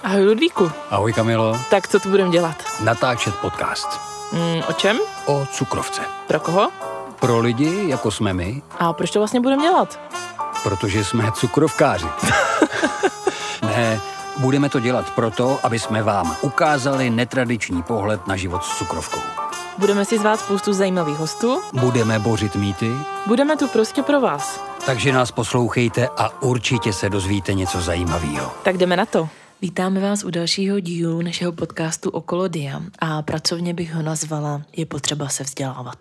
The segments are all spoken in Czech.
Ahoj Ludvíku. Ahoj Kamilo. Tak co tu budeme dělat? Natáčet podcast. O čem? O cukrovce. Pro koho? Pro lidi, jako jsme my. A proč to vlastně budeme dělat? Protože jsme cukrovkáři. Ne, budeme to dělat proto, aby jsme vám ukázali netradiční pohled na život s cukrovkou. Budeme si zvát spoustu zajímavých hostů. Budeme bořit mýty. Budeme tu prostě pro vás. Takže nás poslouchejte a určitě se dozvíte něco zajímavého. Tak jdeme na to. Vítáme vás u dalšího dílu našeho podcastu Okolo dia a pracovně bych ho nazvala Je potřeba se vzdělávat.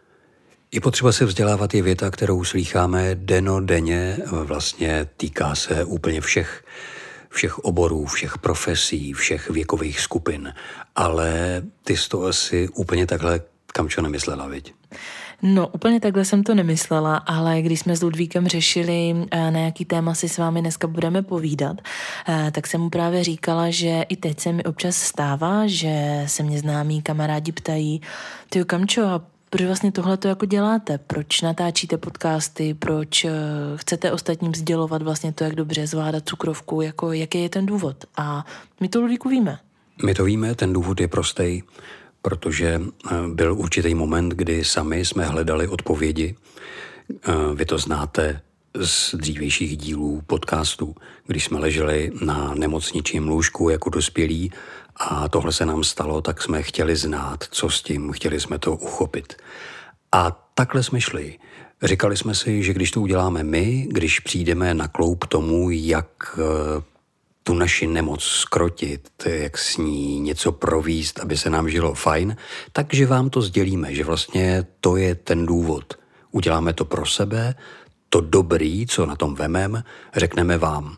Je potřeba se vzdělávat je věta, kterou slýcháme dennodenně, vlastně týká se úplně všech oborů, všech profesí, všech věkových skupin. Ale ty jsi to asi úplně takhle, Kamčo, nemyslela, viď? No, úplně takhle jsem to nemyslela, ale když jsme s Ludvíkem řešili, na jaký téma si s vámi dneska budeme povídat, tak jsem mu právě říkala, že i teď se mi občas stává, že se mě známí kamarádi ptají, tyjo Kamčo, a proč vlastně tohleto jako děláte? Proč natáčíte podcasty? Proč chcete ostatním sdělovat vlastně to, jak dobře zvládat cukrovku? Jako, jaký je ten důvod? A my to, Ludvíku, víme. My to víme, ten důvod je prostý, protože byl určitý moment, kdy sami jsme hledali odpovědi. Vy to znáte z dřívějších dílů podcastů, když jsme leželi na nemocničním lůžku jako dospělí a tohle se nám stalo, tak jsme chtěli znát, co s tím, chtěli jsme to uchopit. A takhle jsme šli. Říkali jsme si, že když to uděláme my, když přijdeme na kloub tomu, jak tu naši nemoc zkrotit, jak s ní něco províst, aby se nám žilo fajn, takže vám to sdělíme, že vlastně to je ten důvod. Uděláme to pro sebe, to dobrý, co na tom vemem, řekneme vám.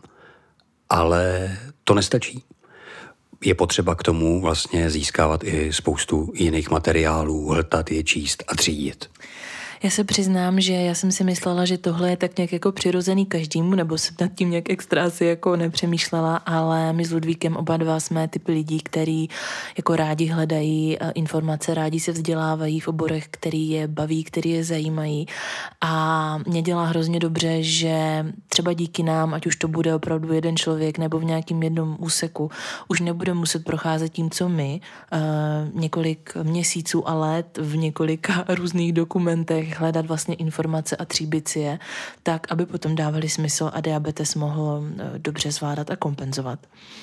Ale to nestačí. Je potřeba k tomu vlastně získávat i spoustu jiných materiálů, hltat je, číst a třídit. Já se přiznám, že já jsem si myslela, že tohle je tak nějak jako přirozený každému, nebo jsem nad tím nějak extra asi jako nepřemýšlela, ale my s Ludvíkem oba dva jsme typy lidí, který jako rádi hledají informace, rádi se vzdělávají v oborech, který je baví, který je zajímají, a mě dělá hrozně dobře, že třeba díky nám, ať už to bude opravdu jeden člověk nebo v nějakém jednom úseku, už nebude muset procházet tím, co my, několik měsíců a let v několika různých dokumentech hledat vlastně informace a tříbit si je, tak, aby potom dávali smysl a diabetes mohl dobře zvládat a kompenzovat.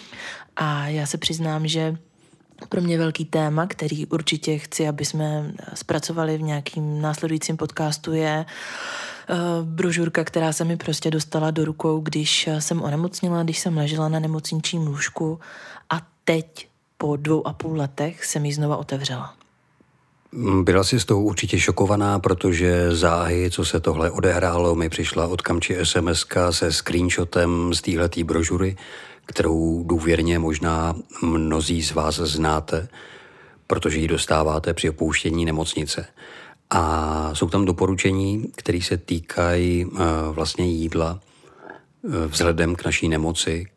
A já se přiznám, že pro mě velký téma, který určitě chci, aby jsme zpracovali v nějakým následujícím podcastu, je brožurka, která se mi prostě dostala do rukou, když jsem onemocněla, když jsem ležela na nemocničním lůžku, a teď po 2,5 letech jsem ji znova otevřela. Byla jsi z toho určitě šokovaná, protože záhy, co se tohle odehrálo, mi přišla od Kamči SMS-ka se screenshotem z téhletý brožury, kterou důvěrně možná mnozí z vás znáte, protože ji dostáváte při opouštění nemocnice. A jsou tam doporučení, které se týkají vlastně jídla vzhledem k naší nemoci,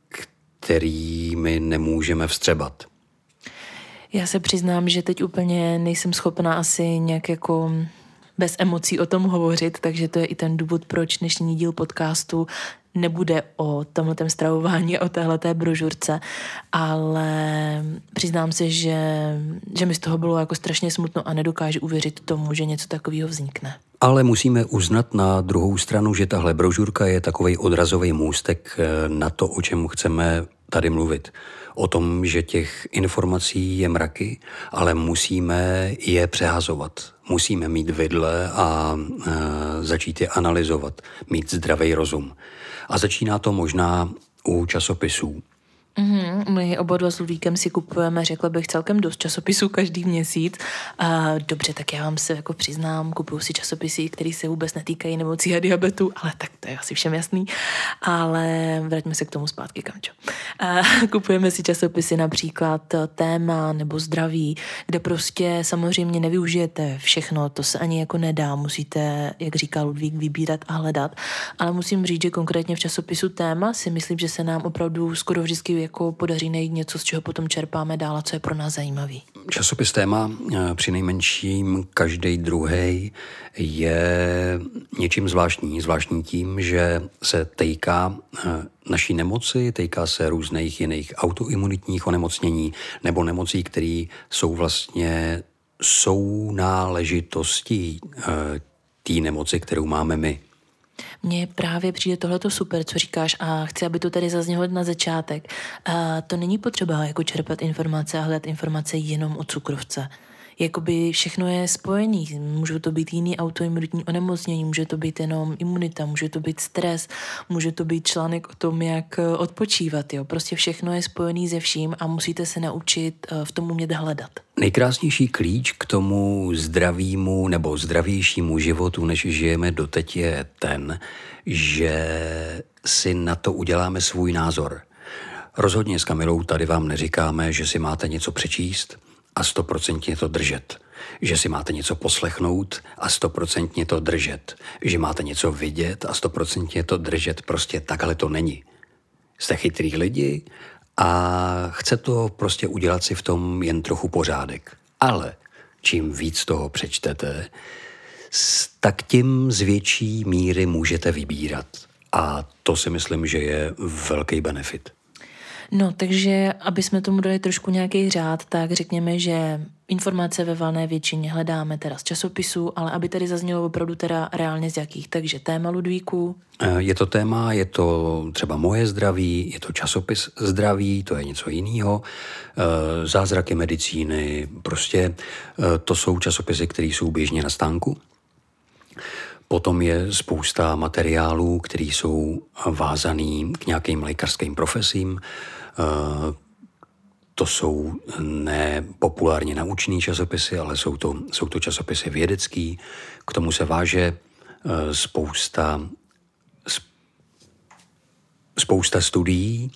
který my nemůžeme vstřebat. Já se přiznám, že teď úplně nejsem schopná asi nějak jako bez emocí o tom hovořit, takže to je i ten důvod, proč dnešní díl podcastu nebude o tomhletem stravování a o téhleté brožurce, ale přiznám se, že mi z toho bylo jako strašně smutno a nedokážu uvěřit tomu, že něco takového vznikne. Ale musíme uznat na druhou stranu, že tahle brožurka je takovej odrazový můstek na to, o čem chceme tady mluvit. O tom, že těch informací je mraky, ale musíme je přehazovat. Musíme mít vidle a začít je analyzovat, mít zdravý rozum. A začíná to možná u časopisů. My oba dva s Ludvíkem si kupujeme, řekla bych, celkem dost časopisů každý měsíc. Dobře, tak já vám se jako přiznám, kupuju si časopisy, které se vůbec netýkají nemocí a diabetu, ale tak to je asi všem jasný. Ale vraťme se k tomu zpátky, Kamčo. Kupujeme si časopisy například Téma nebo Zdraví, kde prostě samozřejmě nevyužijete všechno, to se ani jako nedá, musíte, jak říká Ludvík, vybírat a hledat. Ale musím říct, že konkrétně v časopisu Téma si myslím, že se nám opravdu skoro vždycky jako podaří najít něco, z čeho potom čerpáme dál a co je pro nás zajímavý. Časopis Téma přinejmenším každý druhý je něčím zvláštní. Zvláštní tím, že se týká naší nemoci, týká se různých jiných autoimunitních onemocnění nebo nemocí, které jsou vlastně sounáležitostí té nemoci, kterou máme my. Mně právě přijde tohleto super, co říkáš, a chci, aby to tady zaznělo na začátek. To není potřeba jako čerpat informace a hledat informace jenom o cukrovce. Jakoby všechno je spojený. Můžou to být jiný autoimunitní onemocnění, může to být jenom imunita, může to být stres, může to být článek o tom, jak odpočívat. Jo. Prostě všechno je spojený se vším a musíte se naučit v tom umět hledat. Nejkrásnější klíč k tomu zdravému nebo zdravějšímu životu, než žijeme doteď, je ten, že si na to uděláme svůj názor. Rozhodně s Kamilou tady vám neříkáme, že si máte něco přečíst a 100% to držet. Že si máte něco poslechnout a 100% to držet. Že máte něco vidět a 100% to držet. Prostě takhle to není. Jste chytrý lidi a chce to prostě udělat si v tom jen trochu pořádek. Ale čím víc toho přečtete, tak tím z větší míry můžete vybírat. A to si myslím, že je velký benefit. No, takže aby jsme tomu dali trošku nějaký řád, tak řekněme, že informace ve valné většině hledáme teda z časopisů, ale aby tady zaznělo opravdu teda reálně z jakých. Takže téma, Ludvíku. Je to téma, je to třeba Moje zdraví, je to časopis Zdraví, to je něco jiného. Zázraky medicíny, prostě to jsou časopisy, které jsou běžně na stánku. Potom je spousta materiálů, které jsou vázaný k nějakým lékařským profesím. To jsou nepopulárně naučný časopisy, ale jsou to časopisy vědecký. K tomu se váže spousta studií,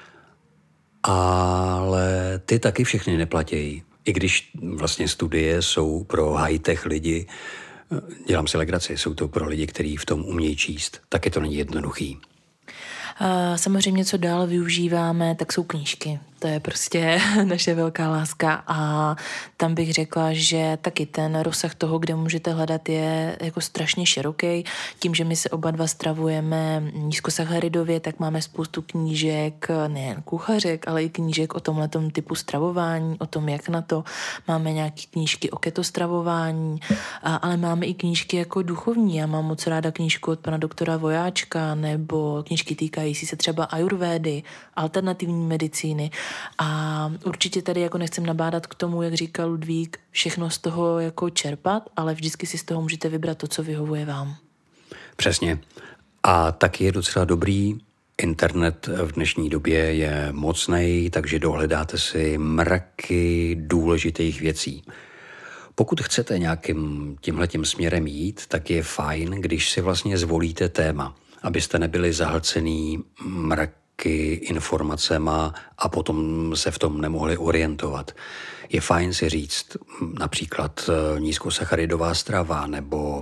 ale ty taky všechny neplatí. I když vlastně studie jsou pro high-tech lidi, dělám si legraci, jsou to pro lidi, kteří v tom umějí číst, taky to není jednoduchý. Samozřejmě, co dál využíváme, tak jsou knížky. To je prostě naše velká láska a tam bych řekla, že taky ten rozsah toho, kde můžete hledat, je jako strašně široký. Tím, že my se oba dva stravujeme nízkosacharidově, tak máme spoustu knížek, nejen kuchařek, ale i knížek o tomhletom typu stravování, o tom, jak na to. Máme nějaké knížky o ketostravování, ale máme i knížky jako duchovní. Já mám moc ráda knížku od pana doktora Vojáčka nebo knížky týkající se třeba ajurvédy, alternativní medicíny. A určitě tady jako nechcem nabádat k tomu, jak říkal Ludvík, všechno z toho jako čerpat, ale vždycky si z toho můžete vybrat to, co vyhovuje vám. Přesně. A taky je docela dobrý. Internet v dnešní době je mocnej, takže dohledáte si mraky důležitých věcí. Pokud chcete nějakým tímhletím směrem jít, tak je fajn, když si vlastně zvolíte téma, abyste nebyli zahlcený mraky informacema a potom se v tom nemohli orientovat. Je fajn si říct například nízkosacharidová strava nebo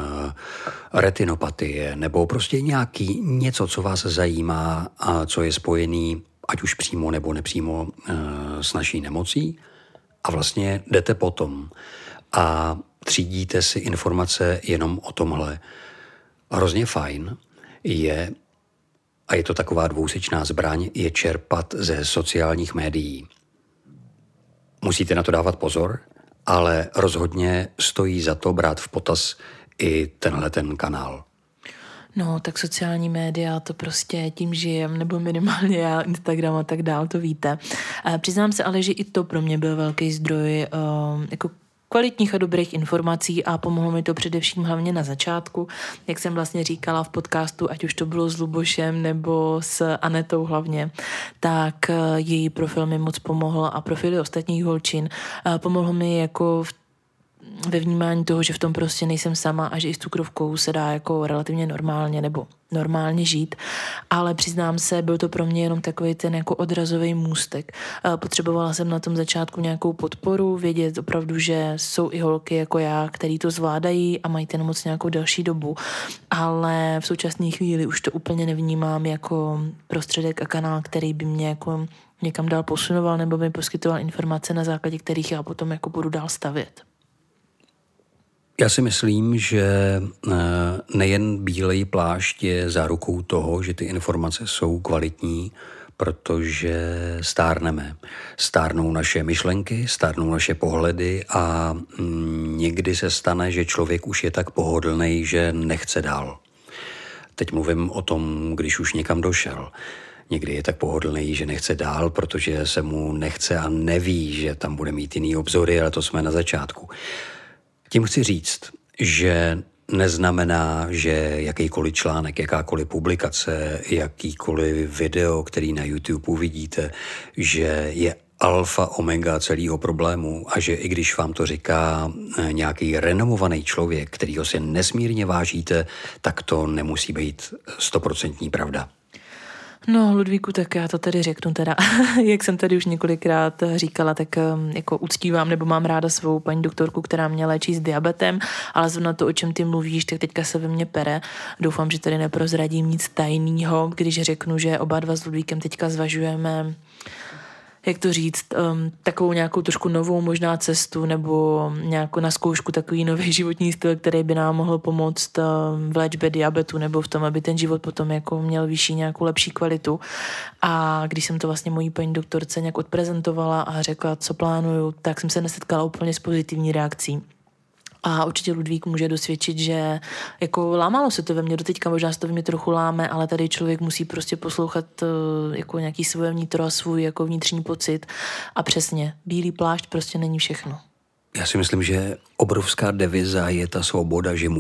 retinopatie nebo prostě něco, co vás zajímá a co je spojený ať už přímo nebo nepřímo s naší nemocí a vlastně jdete potom a třídíte si informace jenom o tomhle. Hrozně fajn je, a je to taková dvousečná zbraň, je čerpat ze sociálních médií. Musíte na to dávat pozor, ale rozhodně stojí za to brát v potaz i ten kanál. No, tak sociální média, to prostě tím žijem, nebo minimálně já, Instagram a tak dál, to víte. Přiznám se ale, že i to pro mě byl velký zdroj jako kvalitních a dobrých informací a pomohlo mi to především hlavně na začátku, jak jsem vlastně říkala v podcastu, ať už to bylo s Lubošem nebo s Anetou hlavně, tak její profil mi moc pomohl a profily ostatních holčin pomohl mi jako ve vnímání toho, že v tom prostě nejsem sama a že i s cukrovkou se dá jako relativně normálně nebo normálně žít, ale přiznám se, byl to pro mě jenom takový ten jako odrazový můstek. Potřebovala jsem na tom začátku nějakou podporu, vědět opravdu, že jsou i holky jako já, který to zvládají a mají ten nemoc nějakou delší dobu, ale v současné chvíli už to úplně nevnímám jako prostředek a kanál, který by mě jako někam dál posunoval nebo mi poskytoval informace, na základě kterých já potom jako budu dál stavět. Já si myslím, že nejen bílej plášť je zárukou toho, že ty informace jsou kvalitní, protože stárneme. Stárnou naše myšlenky, stárnou naše pohledy a někdy se stane, že člověk už je tak pohodlný, že nechce dál. Teď mluvím o tom, když už někam došel. Někdy je tak pohodlný, že nechce dál, protože se mu nechce a neví, že tam bude mít jiný obzory, ale to jsme na začátku. Tím chci říct, že neznamená, že jakýkoliv článek, jakákoliv publikace, jakýkoliv video, který na YouTube uvidíte, že je alfa omega celého problému a že i když vám to říká nějaký renomovaný člověk, kterýho si nesmírně vážíte, tak to nemusí být 100% pravda. No, Ludvíku, tak já to tady řeknu teda. Jak jsem tady už několikrát říkala, tak jako uctívám nebo mám ráda svou paní doktorku, která mě léčí s diabetem, ale zrovna to, o čem ty mluvíš, tak teďka se ve mně pere. Doufám, že tady neprozradím nic tajného, když řeknu, že oba dva s Ludvíkem teďka zvažujeme, jak to říct, takovou nějakou trošku novou možná cestu nebo nějakou na zkoušku takový nový životní styl, který by nám mohl pomoct v léčbě diabetu nebo v tom, aby ten život potom jako měl vyšší nějakou lepší kvalitu. A když jsem to vlastně mojí paní doktorce nějak odprezentovala a řekla, co plánuju, tak jsem se nesetkala úplně s pozitivní reakcí. A určitě Ludvík může dosvědčit, že jako lámalo se to ve mně, doteďka možná se to ve mně trochu láme, ale tady člověk musí prostě poslouchat jako nějaký svoje vnitro a svůj jako vnitřní pocit. A přesně, bílý plášť prostě není všechno. Já si myslím, že obrovská deviza je ta svoboda, že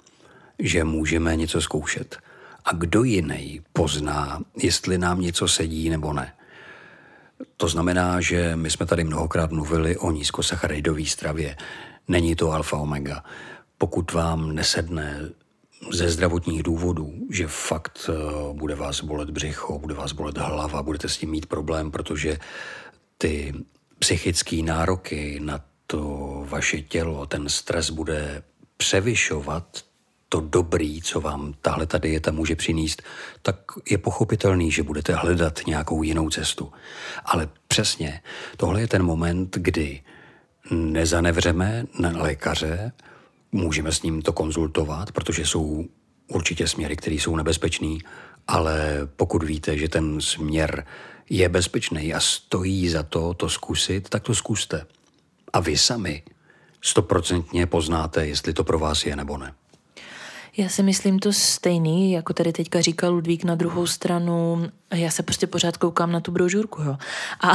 můžeme něco zkoušet. A kdo jiný pozná, jestli nám něco sedí nebo ne. To znamená, že my jsme tady mnohokrát mluvili o nízkosacharidové stravě. Není to alfa omega. Pokud vám nesedne ze zdravotních důvodů, že fakt bude vás bolet břicho, bude vás bolet hlava, budete s tím mít problém, protože ty psychické nároky na to vaše tělo, ten stres bude převyšovat to dobrý, co vám tahle ta dieta může přinést, tak je pochopitelný, že budete hledat nějakou jinou cestu. Ale přesně, tohle je ten moment, kdy nezanevřeme na lékaře, můžeme s ním to konzultovat, protože jsou určitě směry, které jsou nebezpečný, ale pokud víte, že ten směr je bezpečný a stojí za to zkusit, tak to zkuste. A vy sami 100% poznáte, jestli to pro vás je nebo ne. Já si myslím to stejný, jako tady teďka říkal Ludvík. Na druhou stranu, já se prostě pořád koukám na tu brožurku, jo. A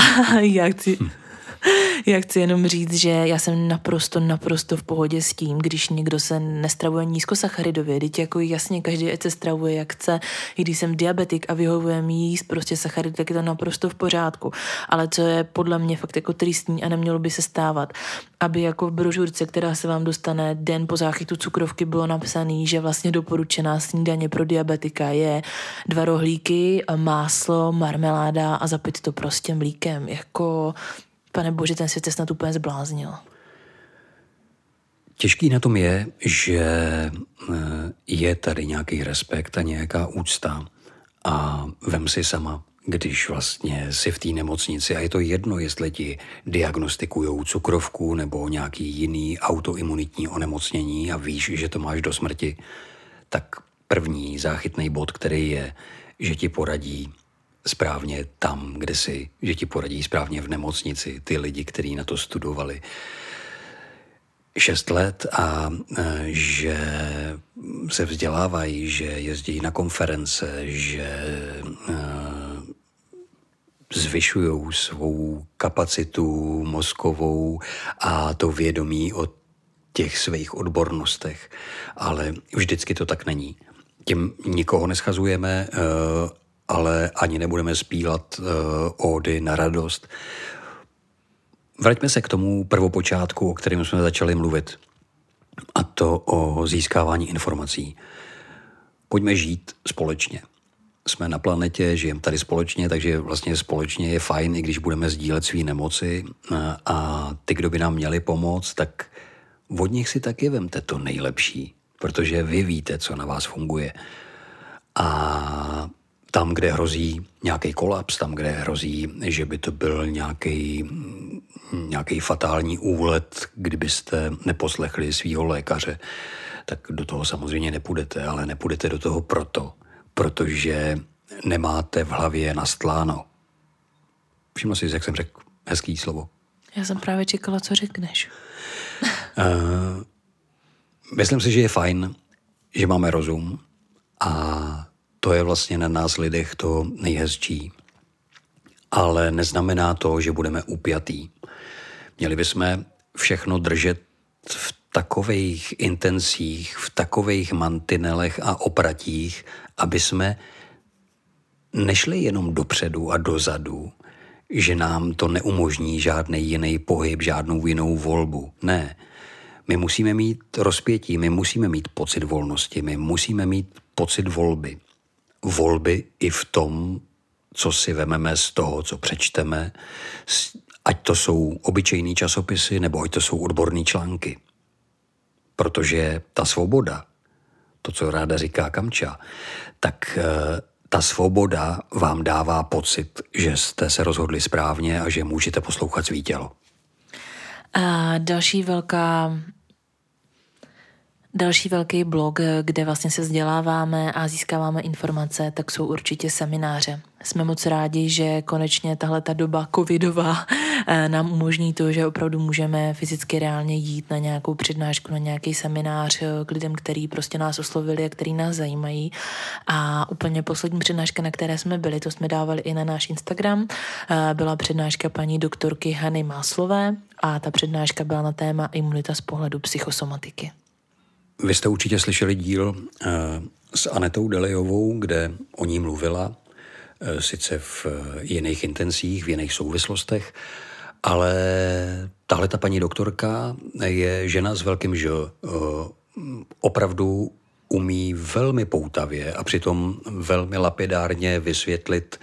já chci jenom říct, že já jsem naprosto v pohodě s tím, když někdo se nestravuje nízkosacharidově. Teď jako jasně každý se stravuje jak chce, i když jsem diabetik a vyhovuje mi jíst prostě sacharid, tak je to naprosto v pořádku. Ale co je podle mě fakt jako tristní a nemělo by se stávat, aby jako v brožurce, která se vám dostane den po záchytu cukrovky, bylo napsané, že vlastně doporučená snídaně pro diabetika je 2 rohlíky, máslo, marmeláda a zapít to prostě mlíkem. Jako pane bože, ten svět se snad úplně zbláznil. Těžký na tom je, že je tady nějaký respekt a nějaká úcta a vem si sama, když vlastně si v té nemocnici a je to jedno, jestli ti diagnostikujou cukrovku nebo nějaký jiný autoimunitní onemocnění a víš, že to máš do smrti, tak první záchytný bod, který je, že ti poradí správně tam, kde jsi, že ti poradí správně v nemocnici ty lidi, kteří na to studovali 6 let a že se vzdělávají, že jezdí na konference, že zvyšují svou kapacitu mozkovou a to vědomí o těch svých odbornostech. Ale vždycky to tak není. Tím nikoho neschazujeme, ale ani nebudeme zpívat ódy na radost. Vraťme se k tomu prvopočátku, o kterém jsme začali mluvit. A to o získávání informací. Pojďme žít společně. Jsme na planetě, žijeme tady společně, takže vlastně společně je fajn, i když budeme sdílet svý nemoci a ty, kdo by nám měli pomoct, tak od nich si taky vemte to nejlepší, protože vy víte, co na vás funguje. A tam, kde hrozí nějaký kolaps, tam, kde hrozí, že by to byl nějaký fatální úlet, kdybyste neposlechli svýho lékaře, tak do toho samozřejmě nepůjdete, ale nepůjdete do toho protože nemáte v hlavě nastláno. Všiml jsi, jak jsem řekl hezký slovo. Já jsem právě čekala, co řekneš. Myslím si, že je fajn, že máme rozum a to je vlastně na nás lidech to nejhezčí. Ale neznamená to, že budeme upjatý. Měli bychom všechno držet v takových intencích, v takových mantinelech a opratích, aby jsme nešli jenom dopředu a dozadu, že nám to neumožní žádný jiný pohyb, žádnou jinou volbu. Ne. My musíme mít rozpětí, my musíme mít pocit volnosti, my musíme mít pocit volby. Volby i v tom, co si vememe z toho, co přečteme, ať to jsou obyčejný časopisy, nebo ať to jsou odborné články. Protože ta svoboda, to, co ráda říká Kamča, tak ta svoboda vám dává pocit, že jste se rozhodli správně a že můžete poslouchat svý tělo. A další velký blok, kde vlastně se vzděláváme a získáváme informace, tak jsou určitě semináře. Jsme moc rádi, že konečně tahle ta doba covidová nám umožní to, že opravdu můžeme fyzicky reálně jít na nějakou přednášku, na nějaký seminář k lidem, který prostě nás oslovili a který nás zajímají. A úplně poslední přednáška, na které jsme byli, to jsme dávali i na náš Instagram, byla přednáška paní doktorky Hany Máslové a ta přednáška byla na téma imunita z pohledu psychosomatiky. Vy jste určitě slyšeli díl s Anetou Delejovou, kde o ní mluvila, sice v jiných intencích, v jiných souvislostech, ale tahle ta paní doktorka je žena s velkým Ž. Opravdu umí velmi poutavě a přitom velmi lapidárně vysvětlit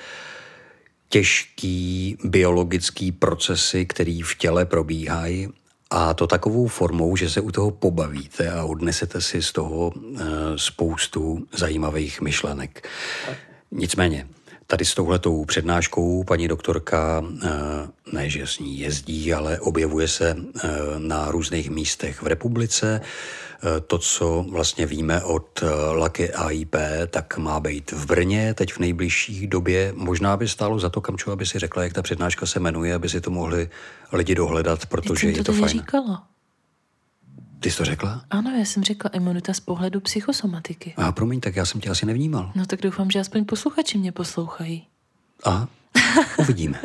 těžký biologický procesy, který v těle probíhají, a to takovou formou, že se u toho pobavíte a odnesete si z toho spoustu zajímavých myšlenek. Nicméně, tady s touhletou přednáškou paní doktorka ne, že s ní jezdí, ale objevuje se na různých místech v republice. To, co vlastně víme od Lucky AIP, tak má být v Brně teď v nejbližší době. Možná by stálo za to, Kamčo, aby si řekla, jak ta přednáška se jmenuje, aby si to mohli lidi dohledat, protože je to fajn. Říkala. Ty jsi to řekla? Ano, já jsem řekla imunita z pohledu psychosomatiky. A promiň, tak já jsem tě asi nevnímal. No tak doufám, že aspoň posluchači mě poslouchají. Aha, uvidíme.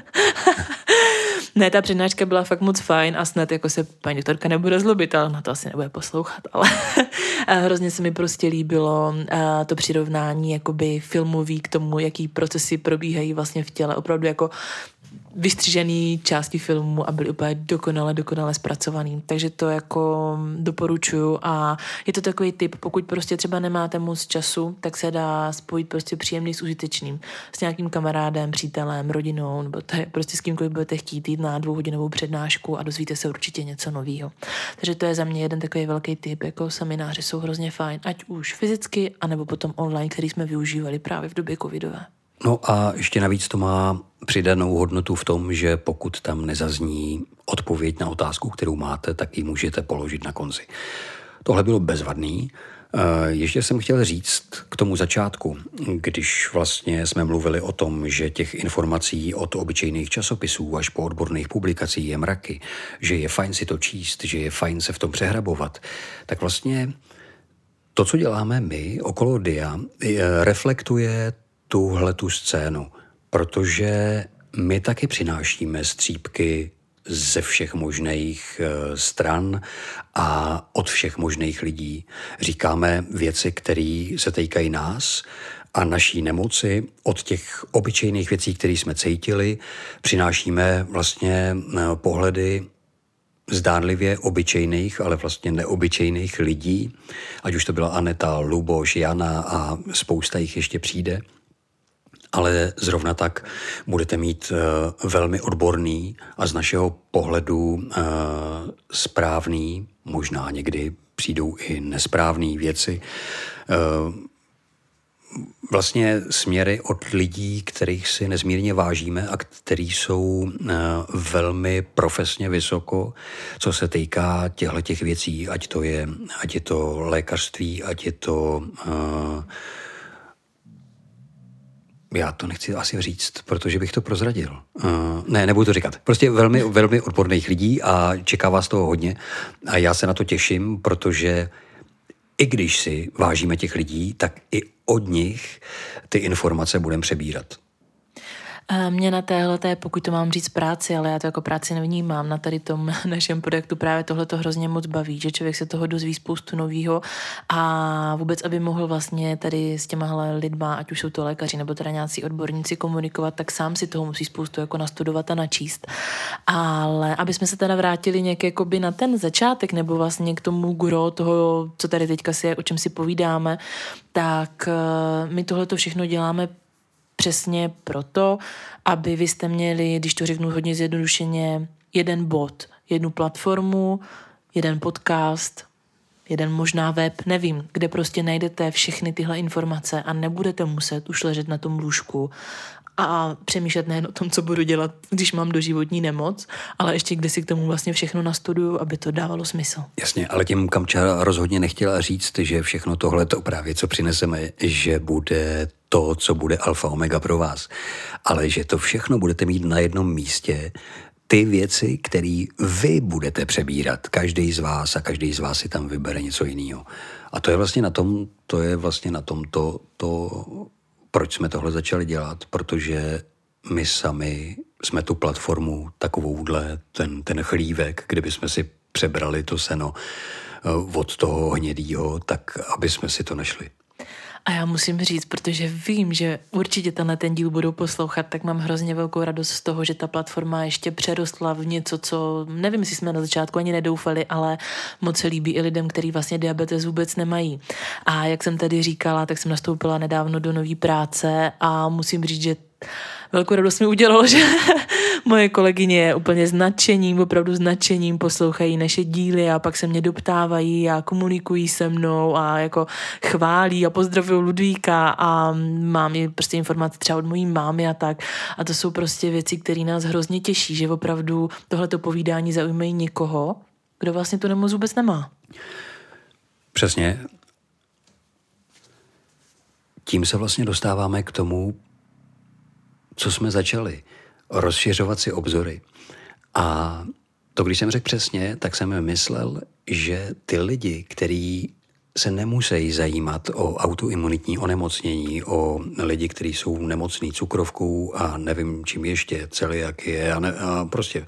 Ne, ta přednáška byla fakt moc fajn a snad jako se paní doktorka nebude zlobit, ale na to asi nebude poslouchat, ale hrozně se mi prostě líbilo to přirovnání jakoby filmový k tomu, jaký procesy probíhají vlastně v těle, opravdu jako vystřižený části filmu a byly úplně dokonale zpracovaný. Takže to jako doporučuju a je to takový tip, pokud prostě třeba nemáte moc času, tak se dá spojit prostě příjemný s užitečným. S nějakým kamarádem, přítelem, rodinou, nebo to je prostě s kýmkoliv budete chtít jít na 2hodinovou přednášku a dozvíte se určitě něco nového. Takže to je za mě jeden takový velký tip, jako semináři jsou hrozně fajn, ať už fyzicky, anebo potom online, který jsme využívali právě v době covidové. No a ještě navíc to má přidanou hodnotu v tom, že pokud tam nezazní odpověď na otázku, kterou máte, tak ji můžete položit na konci. Tohle bylo bezvadný. Ještě jsem chtěl říct k tomu začátku, když vlastně jsme mluvili o tom, že těch informací od obyčejných časopisů až po odborných publikací je mraky, že je fajn si to číst, že je fajn se v tom přehrabovat, tak vlastně to, co děláme my okolo DIA, reflektuje tuhletu scénu, protože my taky přinášíme střípky ze všech možných stran a od všech možných lidí. Říkáme věci, které se týkají nás A naší nemoci od těch obyčejných věcí, které jsme cítili, přinášíme vlastně pohledy zdánlivě obyčejných, ale vlastně neobyčejných lidí, ať už to byla Aneta, Luboš, Jana a spousta jich ještě přijde. Ale zrovna tak budete mít velmi odborný a z našeho pohledu správný, možná někdy přijdou i nesprávné věci, vlastně směry od lidí, kterých si nesmírně vážíme a kteří jsou velmi profesně vysoko, co se týká těchto věcí, ať je to lékařství, ať je to já to nechci asi říct, protože bych to prozradil. Nebudu to říkat. Prostě velmi, velmi odborných lidí a čeká vás toho hodně a já se na to těším, protože i když si vážíme těch lidí, tak i od nich ty informace budeme přebírat. Mě na téhleté, pokud to mám říct práci, ale já to jako práci nevnímám, na tady tom našem projektu právě tohle to hrozně moc baví, že člověk se toho dozví spoustu novýho a vůbec, aby mohl vlastně tady s těmahle lidma, ať už jsou to lékaři nebo teda nějací odborníci komunikovat, tak sám si toho musí spoustu jako nastudovat a načíst. Ale aby jsme se teda vrátili nějak jakoby na ten začátek nebo vlastně k tomu gro toho, co tady teďka si, o čem si povídáme, tak my tohleto všechno děláme přesně proto, aby vy jste měli, když to řeknu hodně zjednodušeně, jeden bod, jednu platformu, jeden podcast, jeden možná web, nevím, kde prostě najdete všechny tyhle informace a nebudete muset už ležet na tom lůžku a přemýšlet nejen o tom, co budu dělat, když mám doživotní nemoc, ale ještě kde si k tomu vlastně všechno nastuduju, aby to dávalo smysl. Jasně, ale tím Kamča rozhodně nechtěla říct, že všechno tohle to právě, co přineseme, že bude to, co bude alfa omega pro vás, ale že to všechno budete mít na jednom místě, ty věci, které vy budete přebírat, každý z vás a každý z vás si tam vybere něco jiného. A to je vlastně na tom, proč jsme tohle začali dělat, protože my sami jsme tu platformu takovouhle, ten chlívek, kdyby jsme si přebrali to seno od toho hnědýho, tak aby jsme si to našli. A já musím říct, protože vím, že určitě ten díl budou poslouchat, tak mám hrozně velkou radost z toho, že ta platforma ještě přerostla v něco, co nevím, jestli jsme na začátku ani nedoufali, ale moc se líbí i lidem, kteří vlastně diabetes vůbec nemají. A jak jsem tady říkala, tak jsem nastoupila nedávno do nové práce a musím říct, že velkou radost mi udělalo, že moje kolegyně úplně opravdu nadšením poslouchají naše díly a pak se mě doptávají a komunikují se mnou a jako chválí a pozdravují Ludvíka a mám i prostě informace třeba od mojí mámy a tak. A to jsou prostě věci, které nás hrozně těší, že opravdu tohleto povídání zaujímají někoho, kdo vlastně tu nemoc vůbec nemá. Přesně. Tím se vlastně dostáváme k tomu, co jsme začali. Rozšiřovat si obzory. A to, když jsem řekl přesně, tak jsem myslel, že ty lidi, kteří se nemusí zajímat o autoimunitní onemocnění, o lidi, kteří jsou nemocní cukrovkou a nevím čím ještě, celiakie a prostě,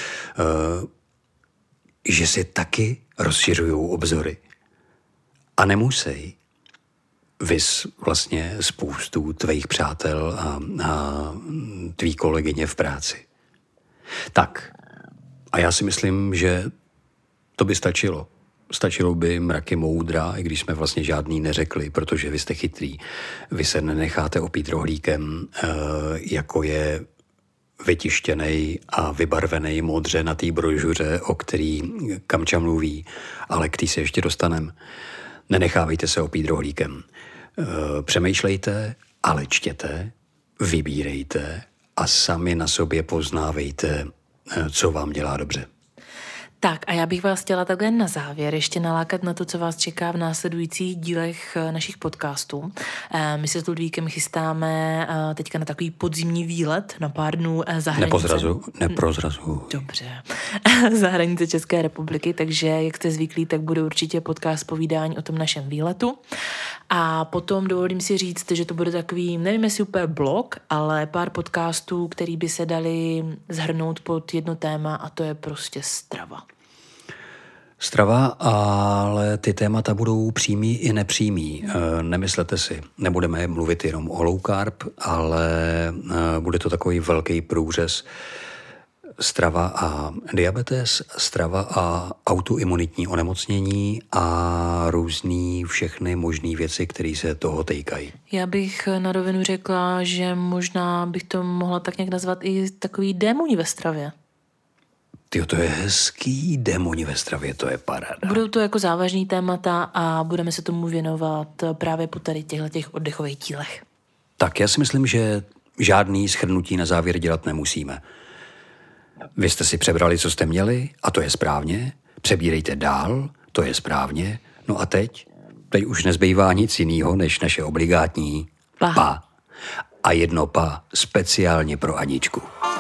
že si taky rozšiřují obzory. A nemusí. Vys vlastně spoustu tvých přátel a tvý kolegyně v práci. Tak. A já si myslím, že to by stačilo. Stačilo by mraky moudra, i když jsme vlastně žádný neřekli, protože vy jste chytrý. Vy se nenecháte opít rohlíkem, jako je vytištěnej a vybarvenej modře na té brožuře, o který Kamča mluví, ale k tý se ještě dostanem. Nenechávejte se opít rohlíkem. Přemýšlejte, ale čtěte, vybírejte a sami na sobě poznávejte, co vám dělá dobře. Tak a já bych vás chtěla takhle na závěr ještě nalákat na to, co vás čeká v následujících dílech našich podcastů. My se s Ludvíkem chystáme teďka na takový podzimní výlet na pár dnů za hranice. Neprozrazu. Dobře. Za hranice České republiky, takže jak jste zvyklí, tak bude určitě podcast povídání o tom našem výletu. A potom dovolím si říct, že to bude takový, nevím jestli úplně blog, ale pár podcastů, který by se dali zhrnout pod jedno téma a to je prostě strava. Strava, ale ty témata budou přímý i nepřímý. Nemyslete si, nebudeme mluvit jenom o low carb, ale bude to takový velký průřez. Strava a diabetes, strava a autoimunitní onemocnění a různý všechny možné věci, které se toho týkají. Já bych na rovinu řekla, že možná bych to mohla tak nějak nazvat i takový démoni ve stravě. Tyjo, to je hezký, démoni ve stravě, to je paráda. Budou to jako závažný témata a budeme se tomu věnovat právě po tady těchto oddechových dílech. Tak já si myslím, že žádný shrnutí na závěr dělat nemusíme. Vy jste si přebrali, co jste měli, a to je správně. Přebírejte dál, to je správně. No a teď už nezbývá nic jiného, než naše obligátní pa. A jedno pa speciálně pro Aničku.